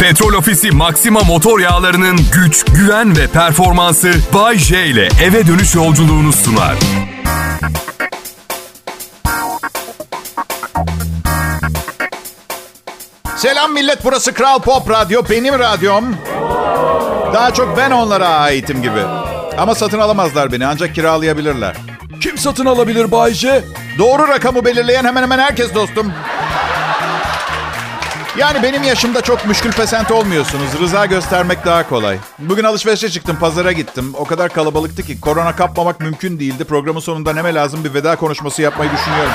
Petrol Ofisi Maxima motor yağlarının güç, güven ve performansı Bay J ile eve dönüş yolculuğunu sunar. Selam millet, burası Kral Pop Radyo, benim radyom. Daha çok ben onlara aitim gibi. Ama satın alamazlar beni, ancak kiralayabilirler. Kim satın alabilir Bay J? Doğru rakamı belirleyen hemen hemen herkes dostum. Yani benim yaşımda çok müşkül pesent olmuyorsunuz. Rıza göstermek daha kolay. Bugün alışverişe çıktım, pazara gittim. O kadar kalabalıktı ki korona kapmamak mümkün değildi. Programın sonunda neme lazım bir veda konuşması yapmayı düşünüyorum.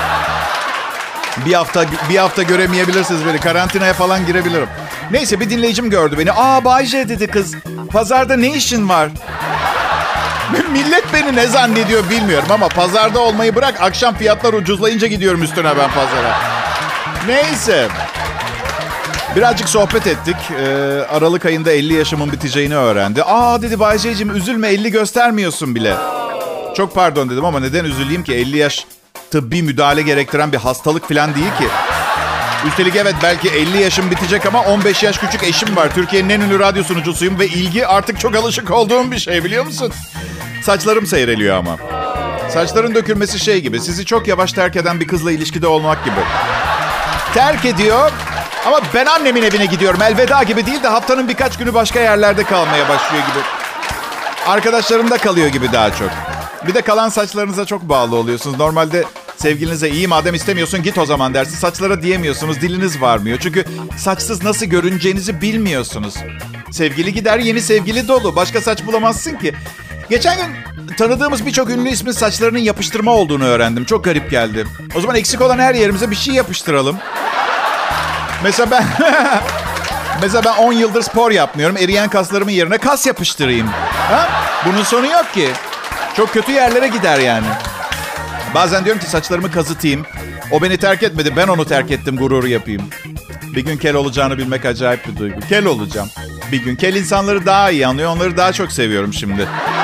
Bir hafta göremeyebilirsiniz beni. Karantinaya falan girebilirim. Neyse, bir dinleyicim gördü beni. Bay J dedi kız. Pazarda ne işin var? Millet beni ne zannediyor bilmiyorum ama pazarda olmayı bırak. Akşam fiyatlar ucuzlayınca gidiyorum üstüne ben pazara. Neyse. Birazcık sohbet ettik. Aralık ayında 50 yaşımın biteceğini öğrendi. Dedi Bay J'cim, üzülme, 50 göstermiyorsun bile. Çok pardon dedim ama neden üzüleyim ki? 50 yaş tıbbi müdahale gerektiren bir hastalık falan değil ki. Üstelik evet, belki 50 yaşım bitecek ama 15 yaş küçük eşim var. Türkiye'nin en ünlü radyo sunucusuyum ve ilgi artık çok alışık olduğum bir şey, biliyor musun? Saçlarım seyreliyor ama. Saçların dökülmesi şey gibi, sizi çok yavaş terk eden bir kızla ilişkide olmak gibi. Terk ediyor ama ben annemin evine gidiyorum. Elveda gibi değil de haftanın birkaç günü başka yerlerde kalmaya başlıyor gibi. Arkadaşlarımda kalıyor gibi daha çok. Bir de kalan saçlarınıza çok bağlı oluyorsunuz. Normalde sevgilinize iyi madem istemiyorsun git o zaman dersin. Saçlara diyemiyorsunuz, diliniz varmıyor. Çünkü saçsız nasıl görüneceğinizi bilmiyorsunuz. Sevgili gider, yeni sevgili dolu. Başka saç bulamazsın ki. Geçen gün tanıdığımız birçok ünlü ismin saçlarının yapıştırma olduğunu öğrendim. Çok garip geldi. O zaman eksik olan her yerimize bir şey yapıştıralım. Mesela ben 10 yıldır spor yapmıyorum. Eriyen kaslarımın yerine kas yapıştırayım. Ha? Bunun sonu yok ki. Çok kötü yerlere gider yani. Bazen diyorum ki saçlarımı kazıtayım. O beni terk etmedi, ben onu terk ettim gururu yapayım. Bir gün kel olacağını bilmek acayip bir duygu. Kel olacağım. Bir gün kel insanları daha iyi anlıyor. Onları daha çok seviyorum şimdi.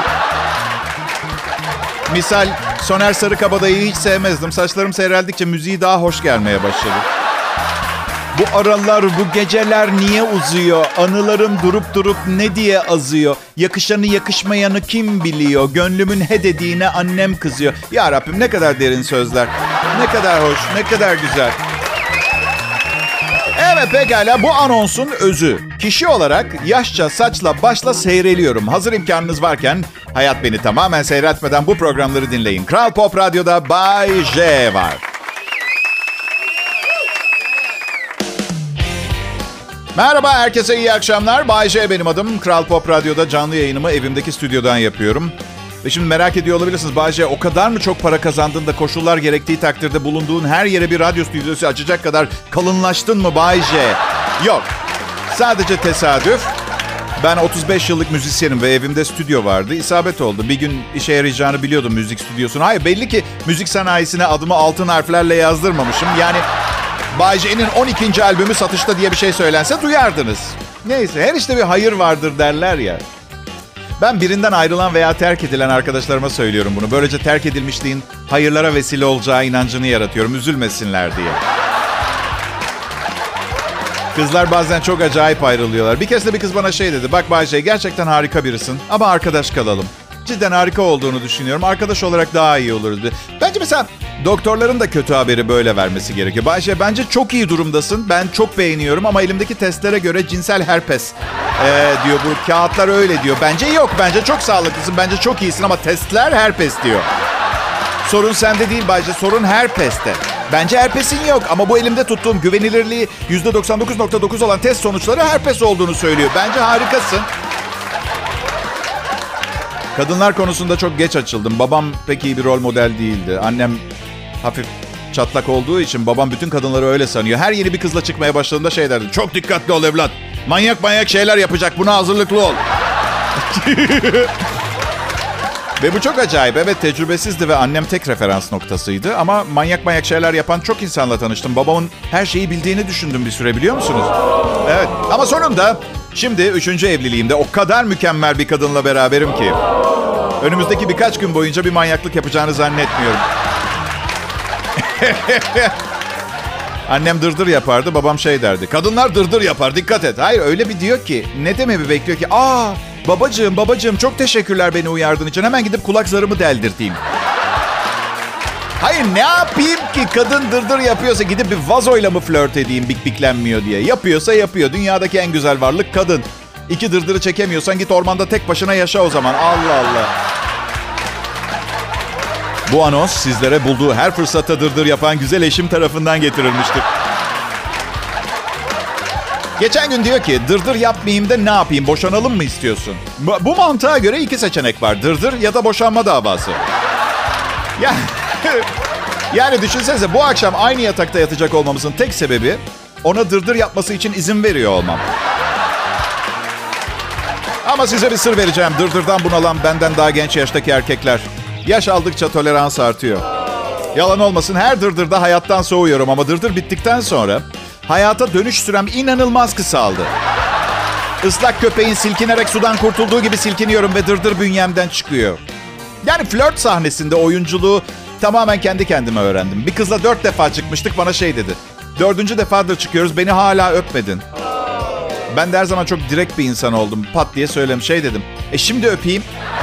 Misal Soner Sarıkabadayı'yı hiç sevmezdim. Saçlarım seyreldikçe müziği daha hoş gelmeye başladı. Bu aralar, bu geceler niye uzuyor? Anılarım durup durup ne diye azıyor? Yakışanı yakışmayanı kim biliyor? Gönlümün he dediğine annem kızıyor. Ya Rabbim, ne kadar derin sözler. Ne kadar hoş, ne kadar güzel. Evet, pekala, bu anonsun özü. Kişi olarak yaşça, saçla, başla seyreliyorum. Hazır imkanınız varken hayat beni tamamen seyretmeden bu programları dinleyin. Kral Pop Radyo'da Bay J var. Merhaba, herkese iyi akşamlar. Bay J benim adım. Kral Pop Radyo'da canlı yayınımı evimdeki stüdyodan yapıyorum. Ve şimdi merak ediyor olabilirsiniz. Bay J, o kadar mı çok para kazandın da koşullar gerektiği takdirde bulunduğun her yere bir radyo stüdyosu açacak kadar kalınlaştın mı Bay J? Yok. Sadece tesadüf. Ben 35 yıllık müzisyenim ve evimde stüdyo vardı. İsabet oldu. Bir gün işe yarayacağını biliyordum müzik stüdyosuna. Hayır, belli ki müzik sanayisine adımı altın harflerle yazdırmamışım. Yani Bay J'nin 12. albümü satışta diye bir şey söylense duyardınız. Neyse, her işte bir hayır vardır derler ya. Ben birinden ayrılan veya terk edilen arkadaşlarıma söylüyorum bunu. Böylece terk edilmişliğin hayırlara vesile olacağı inancını yaratıyorum. Üzülmesinler diye. Kızlar bazen çok acayip ayrılıyorlar. Bir kez de bir kız bana şey dedi. Bak Bay J, gerçekten harika birisin ama arkadaş kalalım. Cidden harika olduğunu düşünüyorum. Arkadaş olarak daha iyi oluruz. Bence mesela doktorların da kötü haberi böyle vermesi gerekiyor. Bay J, bence çok iyi durumdasın. Ben çok beğeniyorum ama elimdeki testlere göre cinsel herpes diyor. Bu kağıtlar öyle diyor. Bence yok. Bence çok sağlıklısın. Bence çok iyisin ama testler herpes diyor. Sorun sende değil Bay J. Sorun herpeste. Bence herpesin yok ama bu elimde tuttuğum güvenilirliği %99.9 olan test sonuçları herpes olduğunu söylüyor. Bence harikasın. Kadınlar konusunda çok geç açıldım. Babam pek iyi bir rol model değildi. Annem hafif çatlak olduğu için babam bütün kadınları öyle sanıyor. Her yeni bir kızla çıkmaya başladığında şey derdi. Çok dikkatli ol evlat. Manyak manyak şeyler yapacak. Buna hazırlıklı ol. Ve bu çok acayip. Evet, tecrübesizdi ve annem tek referans noktasıydı. Ama manyak manyak şeyler yapan çok insanla tanıştım. Babamın her şeyi bildiğini düşündüm bir süre, biliyor musunuz? Evet. Ama sonunda şimdi 3. evliliğimde o kadar mükemmel bir kadınla beraberim ki önümüzdeki birkaç gün boyunca bir manyaklık yapacağını zannetmiyorum. Annem dırdır yapardı, babam şey derdi. Kadınlar dırdır yapar, dikkat et. Hayır, öyle bir diyor ki, ne dememi bekliyor ki? Babacığım çok teşekkürler beni uyardığın için. Hemen gidip kulak zarımı deldirteyim. Hayır, ne yapayım ki? Kadın dırdır yapıyorsa gidip bir vazoyla mı flört edeyim biklenmiyor diye. Yapıyorsa yapıyor. Dünyadaki en güzel varlık kadın. 2 dırdırı çekemiyorsan git ormanda tek başına yaşa o zaman. Allah Allah. Bu anons sizlere bulduğu her fırsatta dırdır yapan güzel eşim tarafından getirilmiştir. Geçen gün diyor ki, dırdır yapmayayım da ne yapayım? Boşanalım mı istiyorsun? Bu mantığa göre 2 seçenek var. Dırdır ya da boşanma davası. Yani düşünsenize, bu akşam aynı yatakta yatacak olmamızın tek sebebi ona dırdır yapması için izin veriyor olmam. Ama size bir sır vereceğim. Dırdırdan bunalan benden daha genç yaştaki erkekler. Yaş aldıkça tolerans artıyor. Yalan olmasın, her dırdırda hayattan soğuyorum ama dırdır bittikten sonra hayata dönüş sürem inanılmaz kısaldı. Islak köpeğin silkinerek sudan kurtulduğu gibi silkiniyorum ve dırdır bünyemden çıkıyor. Yani flört sahnesinde oyunculuğu tamamen kendi kendime öğrendim. Bir kızla 4 defa çıkmıştık, bana şey dedi. 4. defadır çıkıyoruz, beni hala öpmedin. Ben de her zaman çok direkt bir insan oldum. Pat diye dedim. Şimdi öpeyim.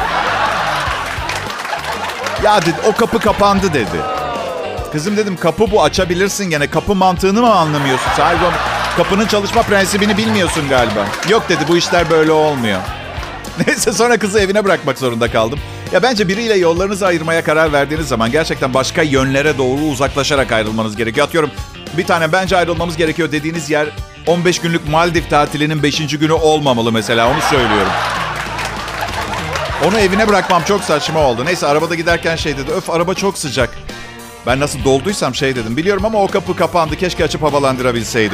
Ya dedi, o kapı kapandı dedi. Kızım dedim, kapı bu, açabilirsin gene. Kapı mantığını mı anlamıyorsun? Sadece kapının çalışma prensibini bilmiyorsun galiba. Yok dedi, bu işler böyle olmuyor. Neyse, sonra kızı evine bırakmak zorunda kaldım. Ya bence biriyle yollarınızı ayırmaya karar verdiğiniz zaman gerçekten başka yönlere doğru uzaklaşarak ayrılmanız gerekiyor. Atıyorum, bir tane bence ayrılmamız gerekiyor dediğiniz yer 15 günlük Maldiv tatilinin 5. günü olmamalı mesela, onu söylüyorum. Onu evine bırakmam çok saçma oldu. Neyse, arabada giderken şey dedi. Öf, araba çok sıcak. Ben nasıl dolduysam şey dedim. Biliyorum ama o kapı kapandı. Keşke açıp havalandırabilseydik.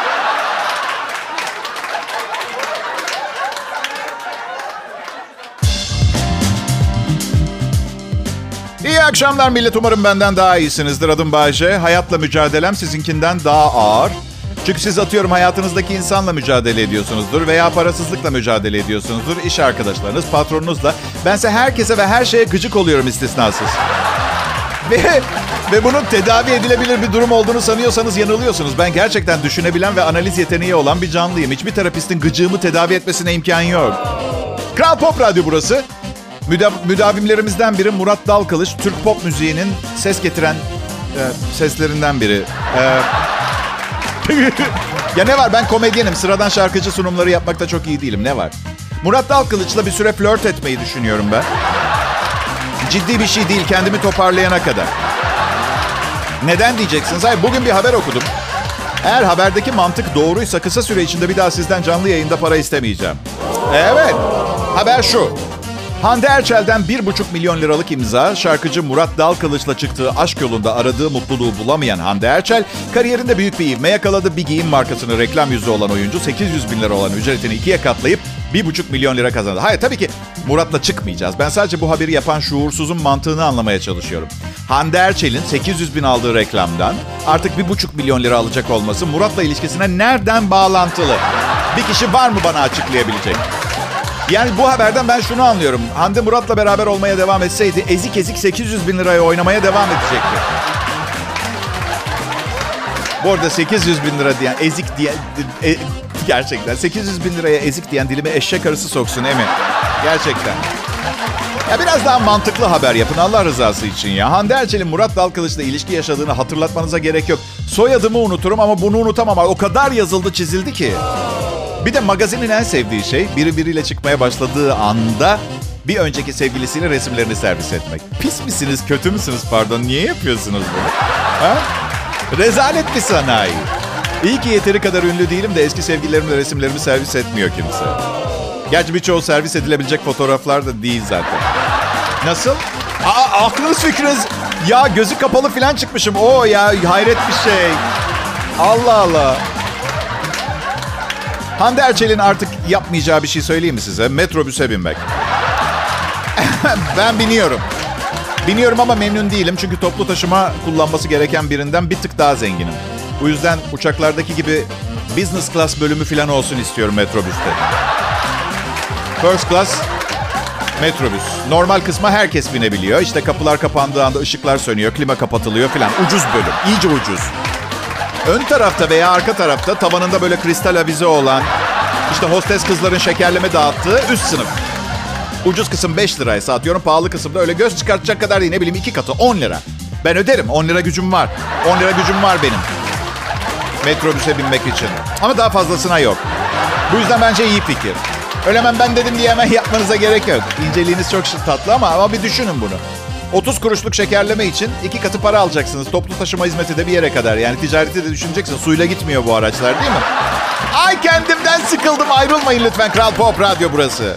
İyi akşamlar millet. Umarım benden daha iyisinizdir. Adım Bayce. Hayatla mücadelem sizinkinden daha ağır. Çünkü siz atıyorum hayatınızdaki insanla mücadele ediyorsunuzdur veya parasızlıkla mücadele ediyorsunuzdur. İş arkadaşlarınız, patronunuzla. Bense herkese ve her şeye gıcık oluyorum istisnasız. Ve bunun tedavi edilebilir bir durum olduğunu sanıyorsanız yanılıyorsunuz. Ben gerçekten düşünebilen ve analiz yeteneği olan bir canlıyım. Hiçbir terapistin gıcığımı tedavi etmesine imkan yok. Kral Pop Radyo burası. Müdavimlerimizden biri Murat Dalkılıç. Türk pop müziğinin ses getiren seslerinden biri. Ya ne var, ben komedyenim. Sıradan şarkıcı sunumları yapmakta çok iyi değilim. Ne var? Murat Dalkılıç'la bir süre flört etmeyi düşünüyorum ben. Ciddi bir şey değil, kendimi toparlayana kadar. Neden diyeceksiniz? Hayır, bugün bir haber okudum. Eğer haberdeki mantık doğruysa kısa süre içinde bir daha sizden canlı yayında para istemeyeceğim. Evet, haber şu. Hande Erçel'den 1,5 milyon liralık imza, şarkıcı Murat Dalkılıç'la çıktığı aşk yolunda aradığı mutluluğu bulamayan Hande Erçel, kariyerinde büyük bir ivme yakaladı. Bir giyim markasının reklam yüzü olan oyuncu 800 bin lira olan ücretini 2'ye katlayıp 1,5 milyon lira kazandı. Hayır, tabii ki Murat'la çıkmayacağız. Ben sadece bu haberi yapan şuursuzun mantığını anlamaya çalışıyorum. Hande Erçel'in 800 bin aldığı reklamdan artık 1,5 milyon lira alacak olması Murat'la ilişkisine nereden bağlantılı? Bir kişi var mı bana açıklayabilecek? Yani bu haberden ben şunu anlıyorum. Hande Murat'la beraber olmaya devam etseydi ezik ezik 800 bin liraya oynamaya devam edecekti. Bu arada 800 bin lira diyen, ezik diyen... gerçekten 800 bin liraya ezik diyen dilime eşek arısı soksun Emin. Gerçekten. Ya biraz daha mantıklı haber yapın Allah rızası için ya. Hande Erçel'in Murat Dalkılıç'la ilişki yaşadığını hatırlatmanıza gerek yok. Soyadımı unuturum ama bunu unutamam. O kadar yazıldı çizildi ki. Bir de magazinin en sevdiği şey biriyle çıkmaya başladığı anda bir önceki sevgilisiyle resimlerini servis etmek. Pis misiniz, kötü müsünüz pardon? Niye yapıyorsunuz bunu? Ha? Rezalet bir sanayi. İyi ki yeteri kadar ünlü değilim de eski sevgililerimle resimlerimi servis etmiyor kimse. Gerçi birçoğu servis edilebilecek fotoğraflar da değil zaten. Nasıl? Aklınız fikriniz. Ya gözü kapalı falan çıkmışım. Oo ya, hayret bir şey. Allah Allah. Hande Erçel'in artık yapmayacağı bir şey söyleyeyim mi size? Metrobüse binmek. Ben biniyorum. Biniyorum ama memnun değilim. Çünkü toplu taşıma kullanması gereken birinden bir tık daha zenginim. Bu yüzden uçaklardaki gibi business class bölümü falan olsun istiyorum metrobüste. First class metrobüs. Normal kısma herkes binebiliyor. İşte kapılar kapandığı anda ışıklar sönüyor, klima kapatılıyor falan. Ucuz bölüm. İyice ucuz. Ön tarafta veya arka tarafta tavanında böyle kristal avize olan, işte hostes kızların şekerleme dağıttığı üst sınıf. Ucuz kısım 5 liraysa atıyorum, pahalı kısımda öyle göz çıkartacak kadar değil, ne bileyim 2 katı 10 lira. Ben öderim. 10 lira gücüm var. 10 lira gücüm var benim. Metrobüse binmek için. Ama daha fazlasına yok. Bu yüzden bence iyi fikir. Öyle hemen ben dedim diye hemen yapmanıza gerek yok. İnceliğiniz çok tatlı ama bir düşünün bunu. 30 kuruşluk şekerleme için 2 katı para alacaksınız. Toplu taşıma hizmeti de bir yere kadar. Yani ticareti de düşüneceksin. Suyla gitmiyor bu araçlar, değil mi? Ay kendimden sıkıldım. Ayrılmayın lütfen. Kral Pop Radyo burası.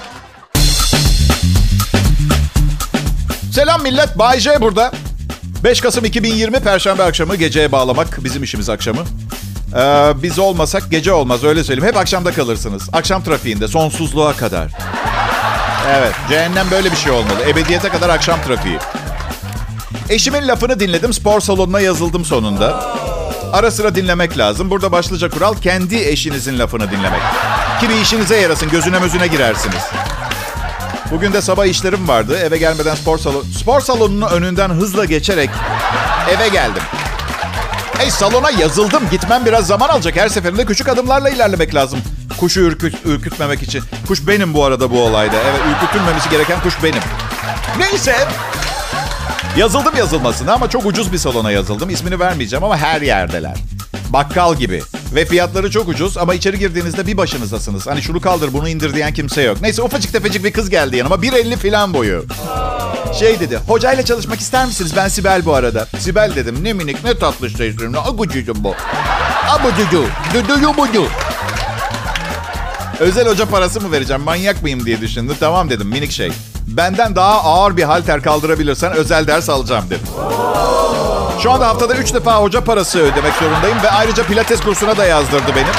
Selam millet. Bay J burada. 5 Kasım 2020 Perşembe akşamı, geceye bağlamak bizim işimiz akşamı. Biz olmasak gece olmaz, öyle söyleyeyim. Hep akşamda kalırsınız. Akşam trafiğinde sonsuzluğa kadar. Evet, cehennem böyle bir şey olmalı. Ebediyete kadar akşam trafiği. Eşimin lafını dinledim. Spor salonuna yazıldım sonunda. Ara sıra dinlemek lazım. Burada başlıca kural kendi eşinizin lafını dinlemek. Ki bir işinize yarasın, gözüne mözüne girersiniz. Bugün de sabah işlerim vardı. Eve gelmeden spor salonunun önünden hızla geçerek eve geldim. Salona yazıldım. Gitmem biraz zaman alacak. Her seferinde küçük adımlarla ilerlemek lazım. Kuşu ürkütmemek için. Kuş benim bu arada bu olayda. Evet, ürkütülmemesi gereken kuş benim. Neyse. Yazıldım yazılmasına ama çok ucuz bir salona yazıldım. İsmini vermeyeceğim ama her yerdeler. Bakkal gibi. Ve fiyatları çok ucuz ama içeri girdiğinizde bir başınızdasınız. Hani şunu kaldır bunu indir diyen kimse yok. Neyse, ufacık tefecik bir kız geldi yanıma. 1.50 falan boyu. Dedi, hocayla çalışmak ister misiniz? Ben Sibel bu arada. Sibel dedim, ne minik ne tatlı şeylerim. Agucucum bu. Abucucu. Duduyu bucu. Özel hoca parası mı vereceğim? Manyak mıyım diye düşündüm. Tamam dedim, minik şey. Benden daha ağır bir halter kaldırabilirsen özel ders alacağım dedim. Şu anda haftada 3 defa hoca parası ödemek zorundayım ve ayrıca pilates kursuna da yazdırdı beni.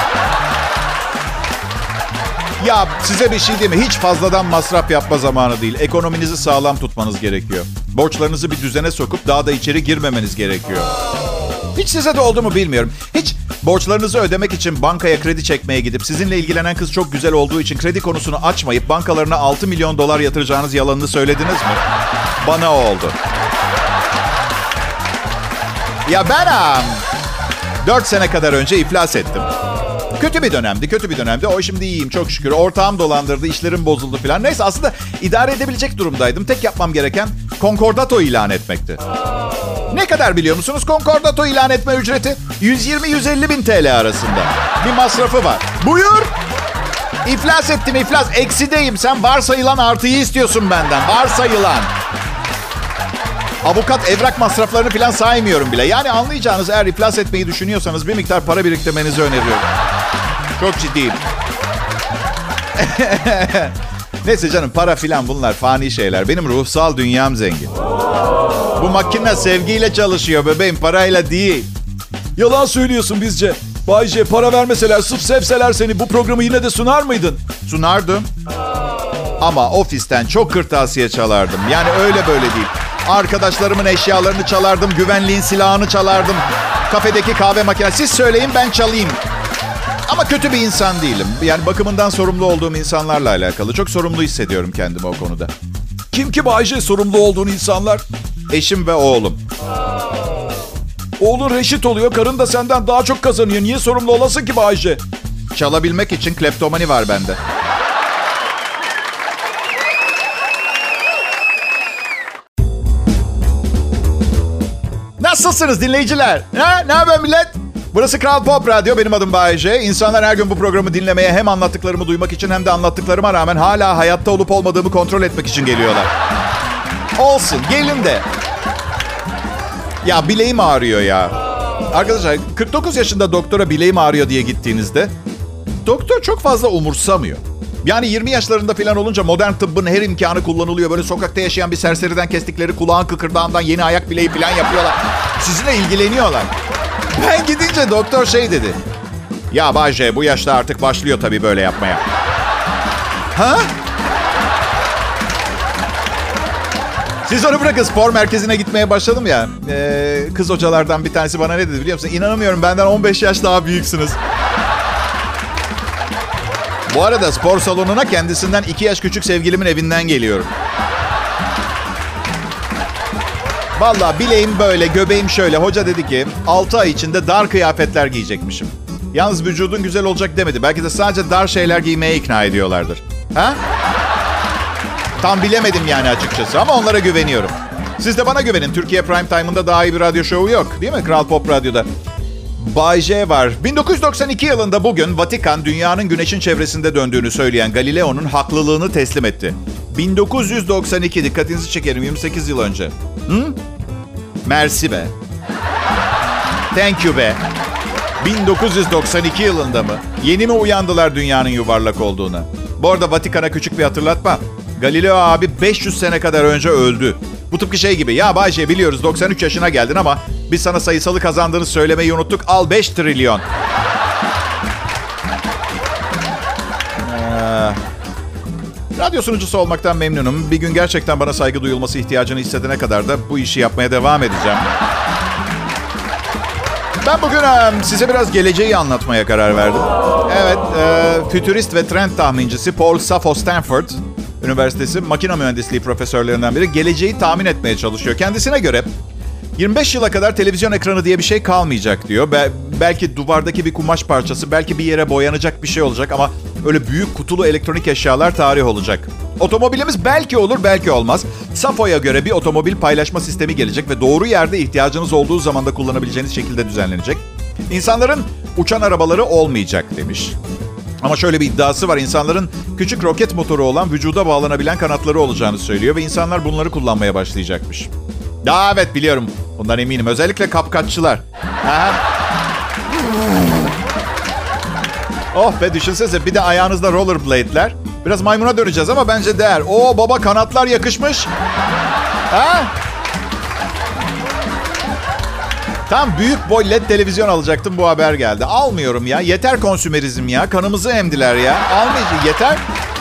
Ya size bir şey diyeyim mi? Hiç fazladan masraf yapma zamanı değil. Ekonominizi sağlam tutmanız gerekiyor. Borçlarınızı bir düzene sokup daha da içeri girmemeniz gerekiyor. Hiç size de oldu mu bilmiyorum. Hiç borçlarınızı ödemek için bankaya kredi çekmeye gidip sizinle ilgilenen kız çok güzel olduğu için kredi konusunu açmayıp bankalarına 6 milyon dolar yatıracağınız yalanını söylediniz mi? Bana oldu. Ya ben 4 sene kadar önce iflas ettim. Kötü bir dönemdi. O şimdi iyiyim çok şükür. Ortağım dolandırdı, işlerim bozuldu falan. Neyse, aslında idare edebilecek durumdaydım. Tek yapmam gereken konkordato ilan etmekti. Ne kadar biliyor musunuz konkordato ilan etme ücreti? 120-150 bin TL arasında. Bir masrafı var. Buyur. İflas ettim, iflas. Eksideyim. Sen varsayılan artıyı istiyorsun benden. Varsayılan. Avukat, evrak masraflarını falan saymıyorum bile. Yani anlayacağınız, eğer iflas etmeyi düşünüyorsanız bir miktar para biriktirmenizi öneriyorum. Çok ciddiyim. Neyse canım, para filan bunlar fani şeyler. Benim ruhsal dünyam zengin. Bu makine sevgiyle çalışıyor bebeğim, parayla değil. Yalan söylüyorsun bizce. Bay J, para vermeseler, sırf sevseler seni bu programı yine de sunar mıydın? Sunardım. Ama ofisten çok kırtasiye çalardım. Yani öyle böyle değil. Arkadaşlarımın eşyalarını çalardım. Güvenliğin silahını çalardım. Kafedeki kahve makinesi. Siz söyleyin, ben çalayım. Ama kötü bir insan değilim. Yani bakımından sorumlu olduğum insanlarla alakalı. Çok sorumlu hissediyorum kendimi o konuda. Kim ki Bay J sorumlu olduğun insanlar? Eşim ve oğlum. Oğlun reşit oluyor. Karın da senden daha çok kazanıyor. Niye sorumlu olasın ki Bay J? Çalabilmek için kleptomani var bende. Nasılsınız dinleyiciler? Ne haber millet? Burası Kral Pop Radyo. Benim adım Bay J. İnsanlar her gün bu programı dinlemeye, hem anlattıklarımı duymak için hem de anlattıklarıma rağmen hala hayatta olup olmadığımı kontrol etmek için geliyorlar. Olsun, gelin de. Ya bileğim ağrıyor ya. Arkadaşlar, 49 yaşında doktora bileğim ağrıyor diye gittiğinizde doktor çok fazla umursamıyor. Yani 20 yaşlarında falan olunca modern tıbbın her imkanı kullanılıyor. Böyle sokakta yaşayan bir serseriden kestikleri kulağın kıkırdağından yeni ayak bileği falan yapıyorlar. Sizinle ilgileniyorlar. Ben gidince doktor dedi. Ya Bay J, bu yaşta artık başlıyor tabii böyle yapmaya. Ha? Siz onu bırakın, spor merkezine gitmeye başladım ya. Kız hocalardan bir tanesi bana ne dedi biliyor musun? İnanamıyorum, benden 15 yaş daha büyüksünüz. Bu arada spor salonuna kendisinden 2 yaş küçük sevgilimin evinden geliyorum. Vallahi bileğim böyle, göbeğim şöyle. Hoca dedi ki 6 ay içinde dar kıyafetler giyecekmişim. Yalnız vücudun güzel olacak demedi. Belki de sadece dar şeyler giymeye ikna ediyorlardır. Ha? Tam bilemedim yani açıkçası ama onlara güveniyorum. Siz de bana güvenin. Türkiye Prime Time'ında daha iyi bir radyo şovu yok. Değil mi? Kral Pop Radyo'da. Bay J var. 1992 yılında bugün Vatikan dünyanın güneşin çevresinde döndüğünü söyleyen Galileo'nun haklılığını teslim etti. 1992, dikkatinizi çekerim, 28 yıl önce. Hı? Mersi be. Thank you be. 1992 yılında mı? Yeni mi uyandılar dünyanın yuvarlak olduğuna? Bu arada Vatikan'a küçük bir hatırlatma. Galileo abi 500 sene kadar önce öldü. Bu tıpkı şey gibi. Ya Bayce biliyoruz 93 yaşına geldin ama biz sana sayısalı kazandığını söylemeyi unuttuk. Al 5 trilyon. Radyo sunucusu olmaktan memnunum. Bir gün gerçekten bana saygı duyulması ihtiyacını hissedene kadar da bu işi yapmaya devam edeceğim. Ben bugün size biraz geleceği anlatmaya karar verdim. Evet, fütürist ve trend tahmincisi Paul Safo Stanford Üniversitesi makine mühendisliği profesörlerinden biri geleceği tahmin etmeye çalışıyor. Kendisine göre 25 yıla kadar televizyon ekranı diye bir şey kalmayacak diyor. Belki duvardaki bir kumaş parçası, belki bir yere boyanacak bir şey olacak ama öyle büyük kutulu elektronik eşyalar tarih olacak. Otomobilimiz belki olur, belki olmaz. Safo'ya göre bir otomobil paylaşma sistemi gelecek ve doğru yerde ihtiyacınız olduğu zaman da kullanabileceğiniz şekilde düzenlenecek. İnsanların uçan arabaları olmayacak demiş. Ama şöyle bir iddiası var. İnsanların küçük roket motoru olan vücuda bağlanabilen kanatları olacağını söylüyor ve insanlar bunları kullanmaya başlayacakmış. Ya evet biliyorum. Bundan eminim. Özellikle kapkaççılar. Oh be düşünsenize bir de ayağınızda rollerblade'ler. Biraz maymuna döneceğiz ama bence değer. Oo baba kanatlar yakışmış. Ha? Tam büyük boy LED televizyon alacaktım, bu haber geldi. Almıyorum ya. Yeter konsümerizm ya. Kanımızı emdiler ya. Almayacağım. Yeter.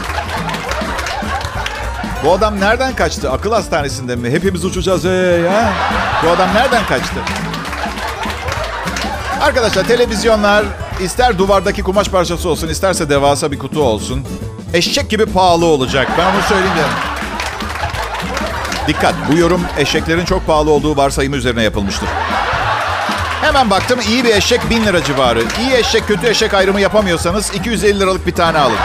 Bu adam nereden kaçtı? Akıl hastanesinde mi? Hepimiz uçacağız ya. Bu adam nereden kaçtı? Arkadaşlar televizyonlar ister duvardaki kumaş parçası olsun, isterse devasa bir kutu olsun. Eşek gibi pahalı olacak. Ben onu söyleyeyim ya. Dikkat, bu yorum eşeklerin çok pahalı olduğu varsayımı üzerine yapılmıştır. Hemen baktım, iyi bir eşek 1000 lira civarı. İyi eşek, kötü eşek ayrımı yapamıyorsanız 250 liralık bir tane alın.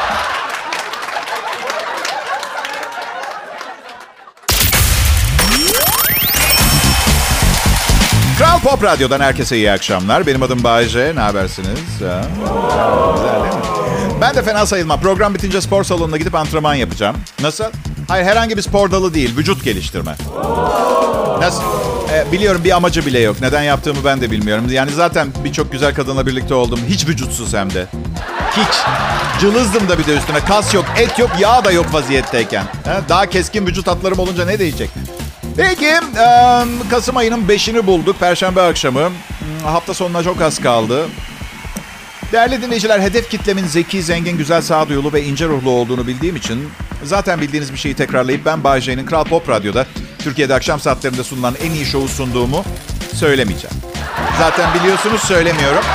Kral Pop Radyo'dan herkese iyi akşamlar. Benim adım Bayce. Ne habersiniz? Güzel değil mi? Ben de fena sayılmam. Program bitince spor salonuna gidip antrenman yapacağım. Nasıl? Hayır, herhangi bir spor dalı değil. Vücut geliştirme. Nasıl? Biliyorum bir amacı bile yok. Neden yaptığımı ben de bilmiyorum. Yani zaten birçok güzel kadınla birlikte oldum. Hiç vücutsuz hem de. Hiç. Cılızdım da bir de üstüne. Kas yok, et yok, yağ da yok vaziyetteyken. Daha keskin vücut hatlarım olunca ne diyecek? Peki, Kasım ayının 5'ini bulduk. Perşembe akşamı. Hafta sonuna çok az kaldı. Değerli dinleyiciler, hedef kitlemin zeki, zengin, güzel, sağduyulu ve ince ruhlu olduğunu bildiğim için zaten bildiğiniz bir şeyi tekrarlayıp ben Bay J'nin Kral Pop Radyo'da Türkiye'de akşam saatlerinde sunulan en iyi şovu sunduğumu söylemeyeceğim. Zaten biliyorsunuz, söylemiyorum.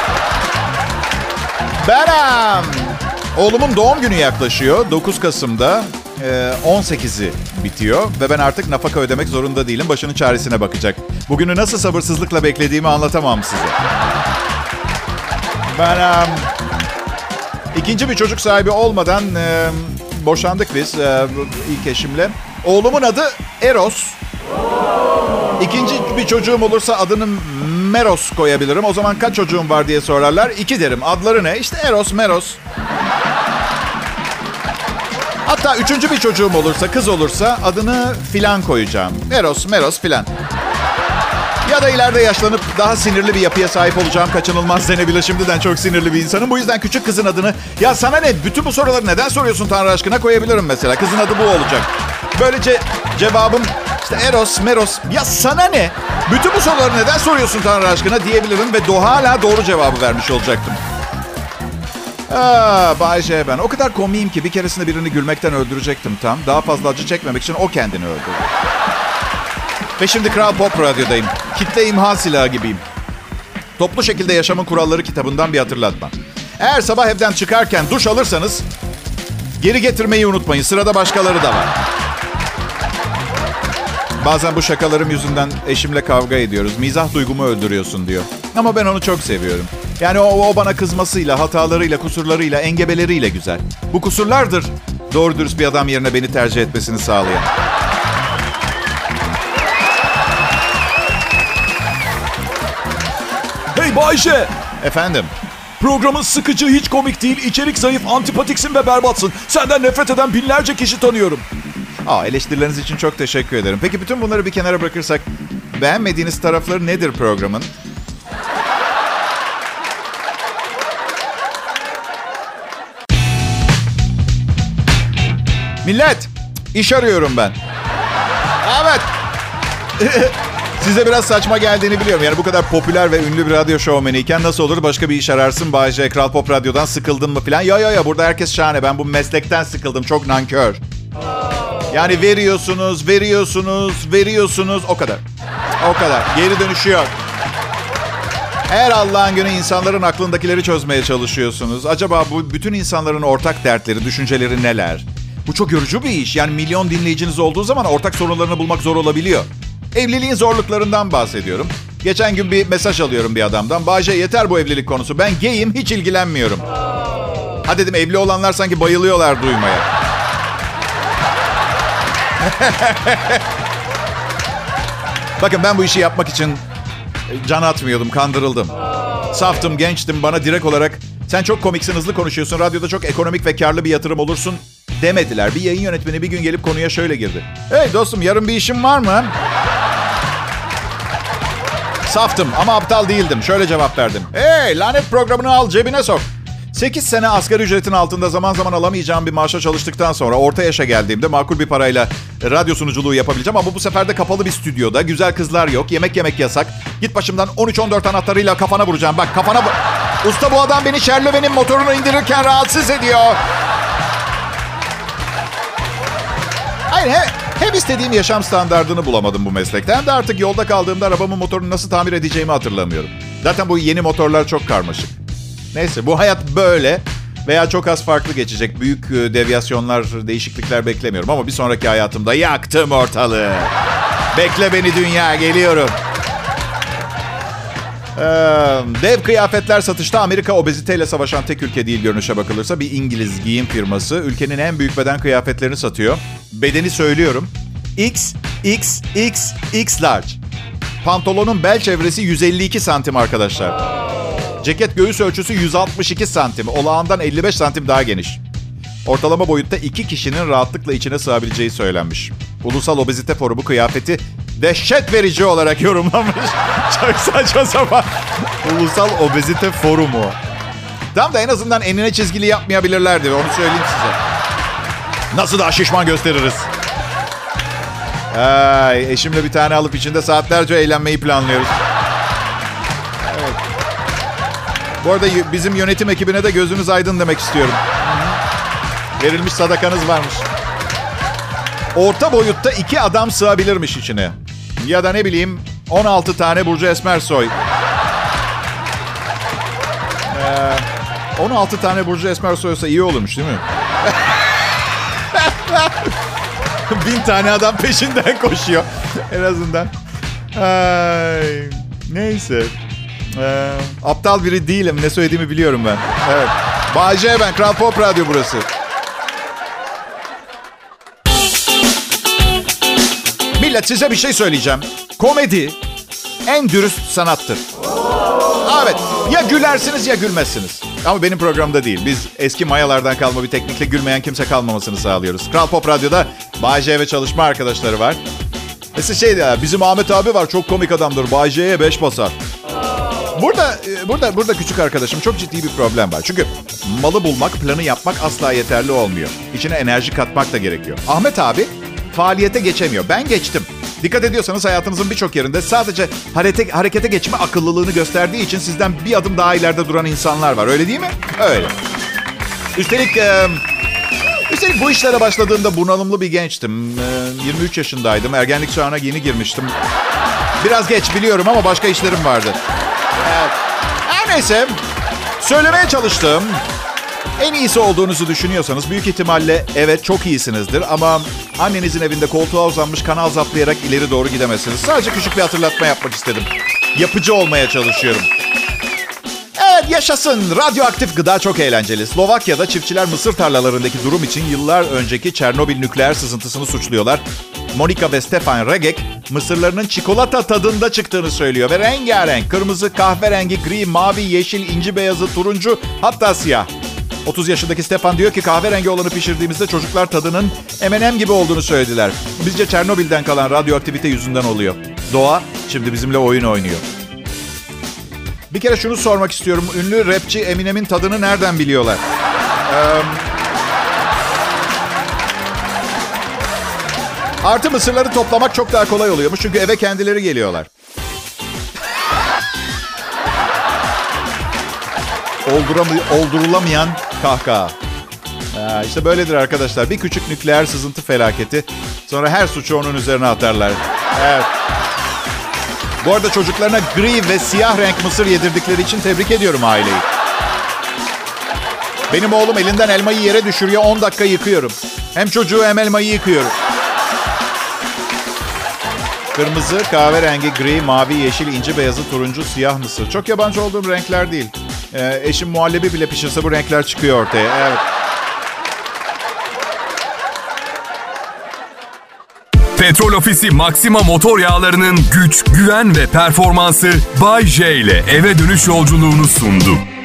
Oğlumun doğum günü yaklaşıyor. 9 Kasım'da 18'i bitiyor ve ben artık nafaka ödemek zorunda değilim. Başının çaresine bakacak. Bugünü nasıl sabırsızlıkla beklediğimi anlatamam size. Ben ikinci bir çocuk sahibi olmadan boşandık biz ilk eşimle. Oğlumun adı Eros. İkinci bir çocuğum olursa adını Meros koyabilirim. O zaman kaç çocuğum var diye sorarlar. 2 derim. Adları ne? İşte Eros, Meros. Hatta üçüncü bir çocuğum olursa, kız olursa adını filan koyacağım. Eros, Meros filan. Ya da ileride yaşlanıp daha sinirli bir yapıya sahip olacağım kaçınılmaz denebilir. Şimdiden çok sinirli bir insanım. Bu yüzden küçük kızın adını, ya sana ne? Bütün bu soruları neden soruyorsun Tanrı aşkına koyabilirim mesela. Kızın adı bu olacak. Böylece cevabım işte Eros, Meros. Ya sana ne? Bütün bu soruları neden soruyorsun Tanrı aşkına diyebilirim ve hala doğru cevabı vermiş olacaktım. Bay J ben. O kadar komiyim ki bir keresinde birini gülmekten öldürecektim tam. Daha fazla acı çekmemek için o kendini öldürdü. Ve şimdi Kral Pop Radyo'dayım. Kitle imha silahı gibiyim. Toplu şekilde yaşamın kuralları kitabından bir hatırlatma. Eğer sabah evden çıkarken duş alırsanız geri getirmeyi unutmayın. Sırada başkaları da var. Bazen bu şakalarım yüzünden eşimle kavga ediyoruz. Mizah duygumu öldürüyorsun diyor. Ama ben onu çok seviyorum. Yani o bana kızmasıyla, hatalarıyla, kusurlarıyla, engebeleriyle güzel. Bu kusurlardır doğru dürüst bir adam yerine beni tercih etmesini sağlayan. Hey Bayşe! Efendim? Programın sıkıcı, hiç komik değil, içerik zayıf, antipatiksin ve berbatsın. Senden nefret eden binlerce kişi tanıyorum. Eleştirileriniz için çok teşekkür ederim. Peki bütün bunları bir kenara bırakırsak beğenmediğiniz tarafları nedir programın? Millet, iş arıyorum ben. Evet. Size biraz saçma geldiğini biliyorum. Yani bu kadar popüler ve ünlü bir radyo şovmeniyken nasıl olur başka bir iş ararsın? Bay J, Kral Pop Radyo'dan sıkıldın mı falan? Ya burada herkes şahane. Ben bu meslekten sıkıldım. Çok nankör. Yani veriyorsunuz. O kadar. Geri dönüşü yok. Her Allah'ın günü insanların aklındakileri çözmeye çalışıyorsunuz. Acaba bu bütün insanların ortak dertleri, düşünceleri neler? Bu çok yorucu bir iş. Yani milyon dinleyiciniz olduğu zaman ortak sorunlarını bulmak zor olabiliyor. Evliliğin zorluklarından bahsediyorum. Geçen gün bir mesaj alıyorum bir adamdan. Bayce yeter bu evlilik konusu. Ben gayim, hiç ilgilenmiyorum. Ha dedim, evli olanlar sanki bayılıyorlar duymaya. Bakın ben bu işi yapmak için can atmıyordum, kandırıldım. Saftım, gençtim. Bana direkt olarak sen çok komiksin, hızlı konuşuyorsun, radyoda çok ekonomik ve karlı bir yatırım olursun demediler. Bir yayın yönetmeni bir gün gelip konuya şöyle girdi. Hey dostum, yarın bir işin var mı? Saftım ama aptal değildim. Şöyle cevap verdim. Hey, lanet programını al, cebine sok. 8 sene asgari ücretin altında zaman zaman alamayacağım bir maaşa çalıştıktan sonra orta yaşa geldiğimde makul bir parayla radyo sunuculuğu yapabileceğim. Ama bu sefer de kapalı bir stüdyoda, güzel kızlar yok, yemek yasak. Git başımdan, 13-14 anahtarıyla kafana vuracağım. Bak kafana... Usta, bu adam beni Sherlock'un motorunu indirirken rahatsız ediyor. Hayır, hem istediğim yaşam standardını bulamadım bu meslekte. Hem de artık yolda kaldığımda arabamın motorunu nasıl tamir edeceğimi hatırlamıyorum. Zaten bu yeni motorlar çok karmaşık. Neyse, bu hayat böyle veya çok az farklı geçecek. Büyük devyasyonlar, değişiklikler beklemiyorum. Ama bir sonraki hayatımda yaktım ortalığı. Bekle beni dünya, geliyorum. Dev kıyafetler satışta Amerika obeziteyle savaşan tek ülke değil görünüşe bakılırsa. Bir İngiliz giyim firması ülkenin en büyük beden kıyafetlerini satıyor. Bedeni söylüyorum. X large. Pantolonun bel çevresi 152 santim arkadaşlar. Ceket göğüs ölçüsü 162 santim. Olağandan 55 santim daha geniş. Ortalama boyutta 2 kişinin rahatlıkla içine sığabileceği söylenmiş. Ulusal Obezite Forumu kıyafeti dehşet verici olarak yorumlamış. Çok saçma sapan. Ulusal Obezite Forumu. Tam da en azından enine çizgili yapmayabilirlerdi. Onu söyleyeyim size. Nasıl daha şişman gösteririz? Eşimle bir tane alıp içinde saatlerce eğlenmeyi planlıyoruz. Evet. Bu arada bizim yönetim ekibine de gözünüz aydın demek istiyorum. Verilmiş sadakanız varmış. Orta boyutta 2 adam sığabilirmiş içine. Ya da ne bileyim 16 tane Burcu Esmersoy. 16 tane Burcu Esmersoy olsa iyi olurmuş değil mi? 1000 tane adam peşinden koşuyor. En azından. Neyse. Aptal biri değilim. Ne söylediğimi biliyorum ben. Evet. Bay J ben. Kral Pop Radyo burası. Millet, size bir şey söyleyeceğim. Komedi en dürüst sanattır. Evet. Ya gülersiniz ya gülmezsiniz. Ama benim programda değil. Biz eski mayalardan kalma bir teknikle gülmeyen kimse kalmamasını sağlıyoruz. Kral Pop Radyo'da Bay J ve çalışma arkadaşları var. Mesela bizim Ahmet abi var. Çok komik adamdır. Bay J'ye 5 basar. Burada küçük arkadaşım, çok ciddi bir problem var. Çünkü malı bulmak, planı yapmak asla yeterli olmuyor. İçine enerji katmak da gerekiyor. Ahmet abi faaliyete geçemiyor. Ben geçtim. Dikkat ediyorsanız hayatınızın birçok yerinde sadece harekete geçme akıllılığını gösterdiği için sizden bir adım daha ileride duran insanlar var. Öyle değil mi? Öyle. Üstelik bu işlere başladığımda bunalımlı bir gençtim. 23 yaşındaydım. Ergenlik çağına yeni girmiştim. Biraz geç biliyorum ama başka işlerim vardı. Evet. Her neyse. Söylemeye çalıştığım En iyisi olduğunuzu düşünüyorsanız büyük ihtimalle evet çok iyisinizdir. Ama annenizin evinde koltuğa uzanmış kanal zaplayarak ileri doğru gidemezsiniz. Sadece küçük bir hatırlatma yapmak istedim. Yapıcı olmaya çalışıyorum. Evet, yaşasın. Radyoaktif gıda çok eğlenceli. Slovakya'da çiftçiler mısır tarlalarındaki durum için yıllar önceki Çernobil nükleer sızıntısını suçluyorlar. Monika ve Stefan Regek mısırlarının çikolata tadında çıktığını söylüyor. Ve rengarenk, kırmızı, kahverengi, gri, mavi, yeşil, inci beyazı, turuncu, hatta siyah. 30 yaşındaki Stefan diyor ki kahverengi olanı pişirdiğimizde çocuklar tadının M&M gibi olduğunu söylediler. Bizce Çernobil'den kalan radyoaktivite yüzünden oluyor. Doğa şimdi bizimle oyun oynuyor. Bir kere şunu sormak istiyorum. Ünlü rapçi Eminem'in tadını nereden biliyorlar? Artı mısırları toplamak çok daha kolay oluyormuş. Çünkü eve kendileri geliyorlar. Oldurulamayan kahkaha. İşte böyledir arkadaşlar. Bir küçük nükleer sızıntı felaketi. Sonra her suçu onun üzerine atarlar. Evet. Bu arada çocuklarına gri ve siyah renk mısır yedirdikleri için tebrik ediyorum aileyi. Benim oğlum elinden elmayı yere düşürüyor. 10 dakika yıkıyorum. Hem çocuğu hem elmayı yıkıyorum. Kırmızı, kahverengi, gri, mavi, yeşil, inci beyazı, turuncu, siyah mısır. Çok yabancı olduğum renkler değil. Eşim muhallebi bile pişirse bu renkler çıkıyor ortaya. Evet. Petrol Ofisi Maxima motor yağlarının güç, güven ve performansı Bay J ile eve dönüş yolculuğunu sundu.